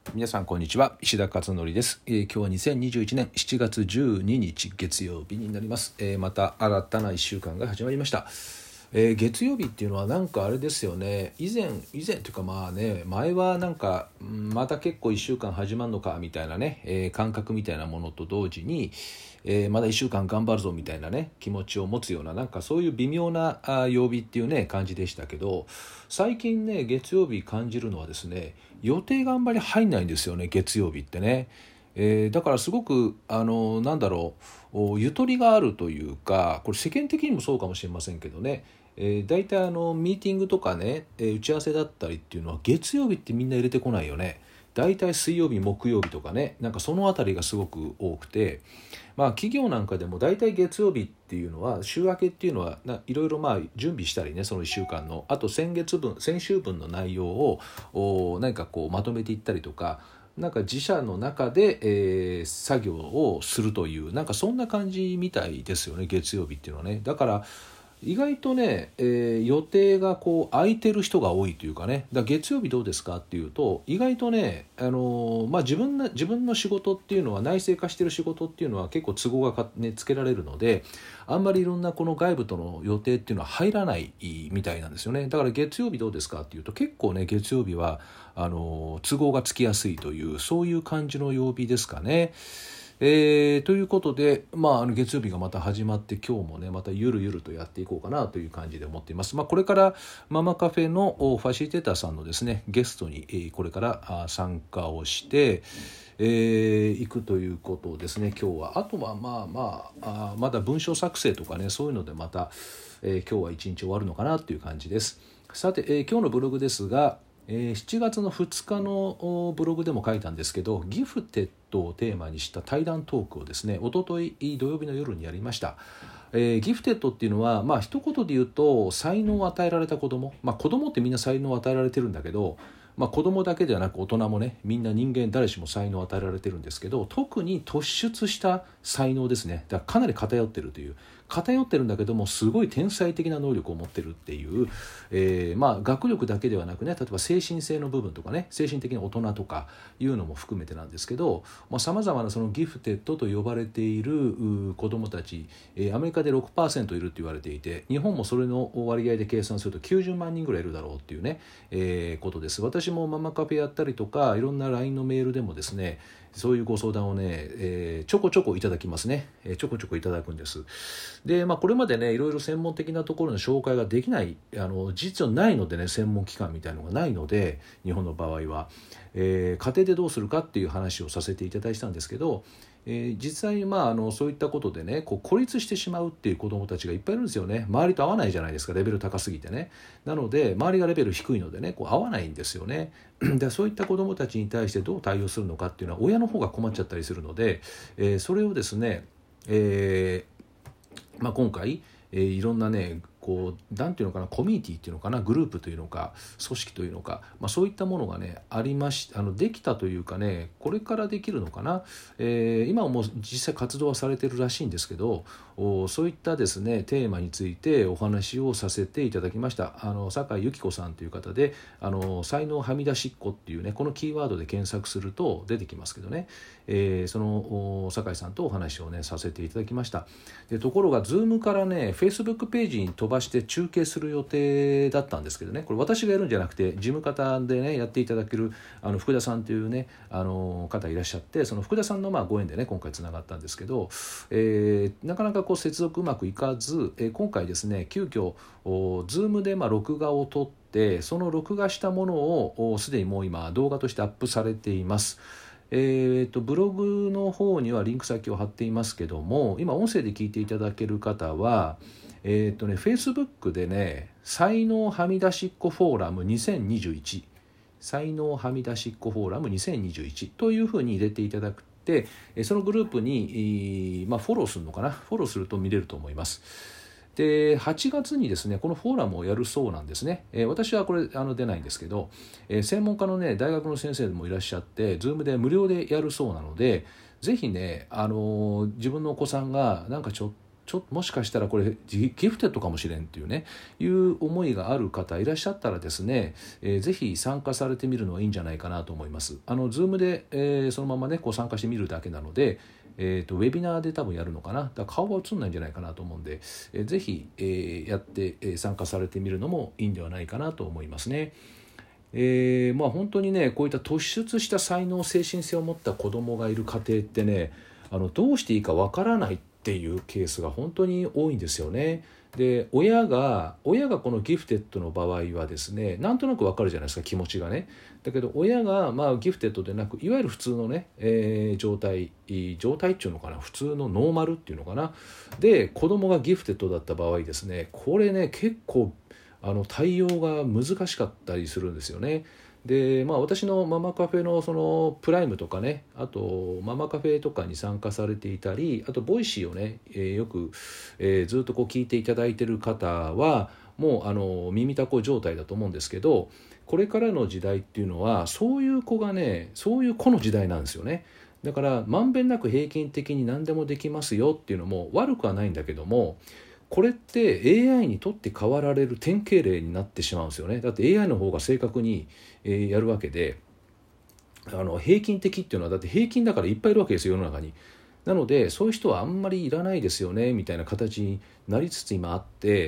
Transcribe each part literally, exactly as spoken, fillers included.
皆さんこんにちは、石田勝則です、えー、今日はにせんにじゅういちねんしちがつじゅうににち月曜日になります、えー、また新たないっしゅうかんが始まりました。えー、月曜日っていうのはなんかあれですよね。以前以前というかまあね前はなんかまた結構いっしゅうかん始まるのかみたいなね、えー、感覚みたいなものと同時に、えー、まだいっしゅうかん頑張るぞみたいなね気持ちを持つようななんかそういう微妙なあ曜日っていうね感じでしたけど、最近ね月曜日感じるのはですね、予定があんまり入んないんですよね、月曜日ってね。えー、だからすごくあのなんだろうゆとりがあるというか、これ世間的にもそうかもしれませんけどね、えー、大体あのミーティングとかね、えー打ち合わせだったりっていうのは月曜日ってみんな入れてこないよね。大体水曜日木曜日とかね、なんかそのあたりがすごく多くて、まあ企業なんかでも大体月曜日っていうのは週明けっていうのはいろいろまあ準備したりね、そのいっしゅうかんのあと先月分先週分の内容をお何かこうまとめていったりとか、なんか自社の中で、えー作業をするというなんかそんな感じみたいですよね、月曜日っていうのはね。だから意外とね、えー予定がこう空いてる人が多いというかね。だから月曜日どうですかっていうと、意外とね、あのーまあ、自分な自分の仕事っていうのは内製化してる仕事っていうのは結構都合がか、ね、つけられるので、あんまりいろんなこの外部との予定っていうのは入らないみたいなんですよね。だから月曜日どうですかっていうと、結構ね月曜日はあのー都合がつきやすいというそういう感じの曜日ですかね。えー、ということで、まあ、あの月曜日がまた始まって今日もねまたゆるゆるとやっていこうかなという感じで思っています。まあ、これからママカフェのファシリテーターさんのですねゲストに、えーこれからあ参加をして、えー行くということですね今日は。あとはまあまあ、あまだ文章作成とかねそういうのでまた、えー今日は一日終わるのかなという感じです。さて、えー今日のブログですが、えーしちがつのふつかのおブログでも書いたんですけど、ギフテッドをテーマにした対談トークをですね一昨日土曜日の夜にやりました。えーギフテッドっていうのはまあ一言で言うと才能を与えられた子供、まあ子供ってみんな才能を与えられてるんだけど、まあ、子供だけではなく大人もねみんな人間誰しも才能を与えられてるんですけど、特に突出した才能ですね。だからかなり偏ってるという偏ってるんだけどもすごい天才的な能力を持ってるっていう、えーまあ学力だけではなくね、例えば精神性の部分とかね、精神的な大人とかいうのも含めてなんですけど、さまざ、まなそのギフテッドと呼ばれているう子どもたち、えーアメリカで ろくパーセント いるって言われていて、日本もそれの割合で計算するときゅうじゅうまんにんぐらいいるだろうっていうね、えーことです。私もママカフェやったりとかいろんな ライン のメールでもですねそういうご相談をね、えーちょこちょこいただきますね、えーちょこちょこいただくんです。で、まあ、これまでねいろいろ専門的なところの紹介ができない、あの事実上ないのでね、専門機関みたいのがないので日本の場合は、えー家庭でどうするかっていう話をさせていただいたんですけど、えー実際、まあ、あのそういったことでねこう孤立してしまうっていう子どもたちがいっぱいいるんですよね。周りと合わないじゃないですか、レベル高すぎてね。なので周りがレベル低いのでねこう合わないんですよね。でそういった子どもたちに対してどう対応するのかっていうのは親の方が困っちゃったりするので、えーそれをですね、えーまあ、今回、えーいろんなねこうなんていうのかな、コミュニティっていうのかな、グループというのか組織というのか、まあ、そういったものがねありましあのできたというかね、これからできるのかな、えー今はもう実際活動はされてるらしいんですけど、おそういったですねテーマについてお話をさせていただきました。あの酒井由紀子さんという方で、あの才能はみ出しっ子っていうねこのキーワードで検索すると出てきますけどね、えーそのお酒井さんとお話をねさせていただきました。でところが Zoom からね Facebook ページに飛ばして中継する予定だったんですけどね、これ私がやるんじゃなくて事務方でねやっていただけるあの福田さんというねあの方いらっしゃって、その福田さんのまあご縁でね今回つながったんですけど、えーなかなかこう接続うまくいかず、えー今回ですね急遽お Zoom でまあ録画を撮って、その録画したものをおすでにもう今動画としてアップされています。えー、とブログの方にはリンク先を貼っていますけども、今音声で聞いていただける方は、えーとね、Facebook でね才能はみ出しっ子フォーラムにせんにじゅういち才能はみ出しっ子フォーラムにせんにじゅういちというふうに入れていただくて、そのグループに、まあ、フォローするのかな、フォローすると見れると思います。ではちがつにですねこのフォーラムをやるそうなんですね。えー私はこれあの出ないんですけど、えー専門家のね大学の先生もいらっしゃって Zoom で無料でやるそうなので、ぜひね、あのー自分のお子さんがなんかちょっちょもしかしたらこれギフテッドかもしれんっていうねいう思いがある方いらっしゃったらですね、えー、ぜひ参加されてみるのはいいんじゃないかなと思います。あの Zoom で、えー、そのままねこう参加してみるだけなので、えー、とウェビナーで多分やるのかな、だから顔は映んないんじゃないかなと思うんで、えー、ぜひ、えー、やって、えー、参加されてみるのもいいんではないかなと思いますね。えーまあ、本当にねこういった突出した才能精神性を持った子どもがいる家庭ってね、あのどうしていいかわからないっていうケースが本当に多いんですよね。で親が親がこのギフテッドの場合はですねなんとなくわかるじゃないですか、気持ちがね。だけど親が、まあ、ギフテッドでなくいわゆる普通のね、えー、状態状態っていうのかな、普通のノーマルっていうのかなで子供がギフテッドだった場合ですね、これね結構あの対応が難しかったりするんですよね。でまあ、私のママカフェのそのプライムとかね、あとママカフェとかに参加されていたり、あとボイシーをね、えー、よく、えー、ずっとこう聞いていただいている方はもうあの耳たこ状態だと思うんですけど、これからの時代っていうのはそういう子がねそういう子の時代なんですよね。だからまんべんなく平均的に何でもできますよっていうのも悪くはないんだけども、これって エーアイ にとって代わられる典型例になってしまうんですよね。だって エーアイ の方が正確に、えー、やるわけで、あの平均的っていうのはだって平均だからいっぱいいるわけですよ世の中に。なのでそういう人はあんまりいらないですよねみたいな形になりつつ今あって、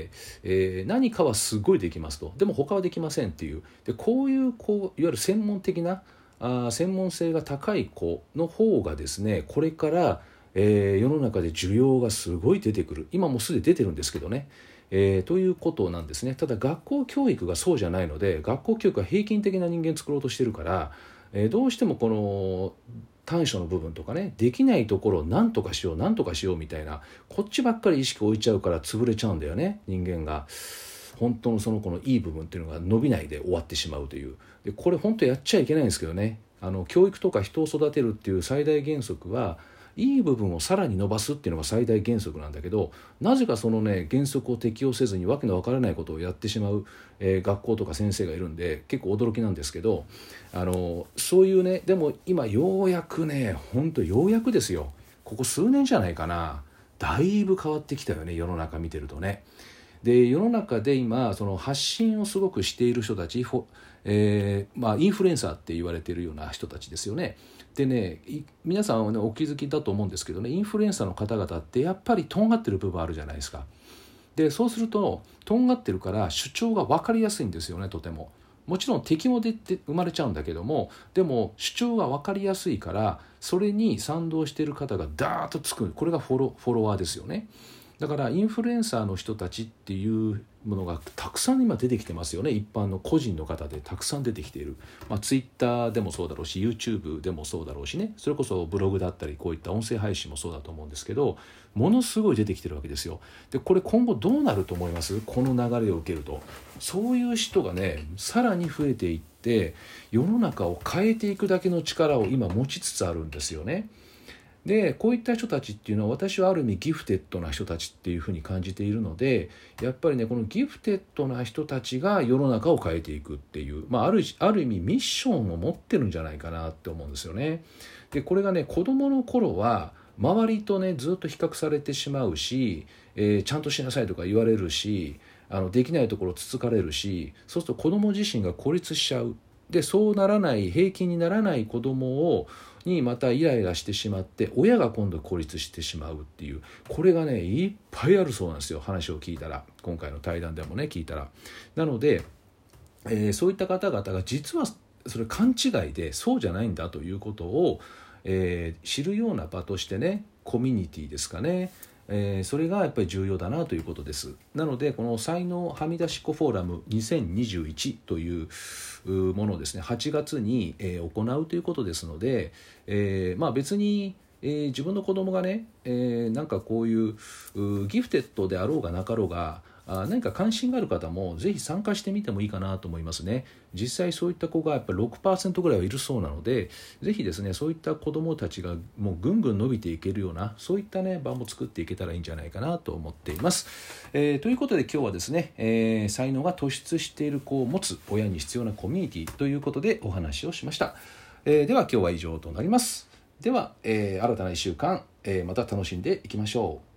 えー、何かはすごいできますと、でも他はできませんっていう、でこういうこういわゆる専門的なあ専門性が高い子の方がですねこれからえー、世の中で需要がすごい出てくる、今もうすでに出てるんですけどね、えー、ということなんですね。ただ学校教育がそうじゃないので、学校教育は平均的な人間作ろうとしてるから、えー、どうしてもこの短所の部分とかね、できないところを何とかしよう何とかしようみたいな、こっちばっかり意識置いちゃうから潰れちゃうんだよね、人間が。本当のその子のいい部分っていうのが伸びないで終わってしまうという。でこれ本当やっちゃいけないんですけどね、あの教育とか人を育てるっていう最大原則はいい部分をさらに伸ばすっていうのが最大原則なんだけど、なぜかそのね原則を適用せずにわけのわからないことをやってしまう、えー、学校とか先生がいるんで結構驚きなんですけど、あのそういうね、でも今ようやくね本当ようやくですよ、ここ数年じゃないかな、だいぶ変わってきたよね世の中見てるとね。で世の中で今その発信をすごくしている人たち、えーまあ、インフルエンサーって言われているような人たちですよね。でね皆さんは、ね、お気づきだと思うんですけどね、インフルエンサーの方々ってやっぱりとんがってる部分あるじゃないですか。でそうするととんがってるから主張が分かりやすいんですよね。とてももちろん敵も出て生まれちゃうんだけども、でも主張が分かりやすいからそれに賛同している方がダーッとつく、これがフォロ、フォロワーですよね。だからインフルエンサーの人たちっていうものがたくさん今出てきてますよね。一般の個人の方でたくさん出てきている、まあ、ツイッターでもそうだろうし YouTube でもそうだろうしね、それこそブログだったりこういった音声配信もそうだと思うんですけど、ものすごい出てきてるわけですよ。でこれ今後どうなると思います？この流れを受けるとそういう人がねさらに増えていって世の中を変えていくだけの力を今持ちつつあるんですよね。でこういった人たちっていうのは私はある意味ギフテッドな人たちっていうふうに感じているので、やっぱりねこのギフテッドな人たちが世の中を変えていくっていう、まあ、あるある意味ミッションを持ってるんじゃないかなって思うんですよね。でこれがね子どもの頃は周りとねずっと比較されてしまうし、えー、ちゃんとしなさいとか言われるし、あのできないところつつかれるし、そうすると子ども自身が孤立しちゃう。でそうならない平均にならない子どもをにまたイライラしてしまって親が今度孤立してしまうっていう、これがねいっぱいあるそうなんですよ、話を聞いたら。今回の対談でもね聞いたら。なので、えー、そういった方々が実はそれ勘違いでそうじゃないんだということを、えー、知るような場としてね、コミュニティですかね、えー、それがやっぱり重要だなということです。なのでこの才能はみ出し子フォーラムにせんにじゅういちというものをですねはちがつに、えー、行うということですので、えー、まあ別に、えー、自分の子供がね、えー、なんかこういうギフテッドであろうがなかろうがあ何か関心がある方もぜひ参加してみてもいいかなと思いますね。実際そういった子がやっぱり ろくパーセント ぐらいはいるそうなので、ぜひですねそういった子どもたちがもうぐんぐん伸びていけるようなそういったね場も作っていけたらいいんじゃないかなと思っています。えー、ということで今日はですね、えー、才能が突出している子を持つ親に必要なコミュニティということでお話をしました。えー、では今日は以上となります。では、えー、新たないっしゅうかん、えー、また楽しんでいきましょう。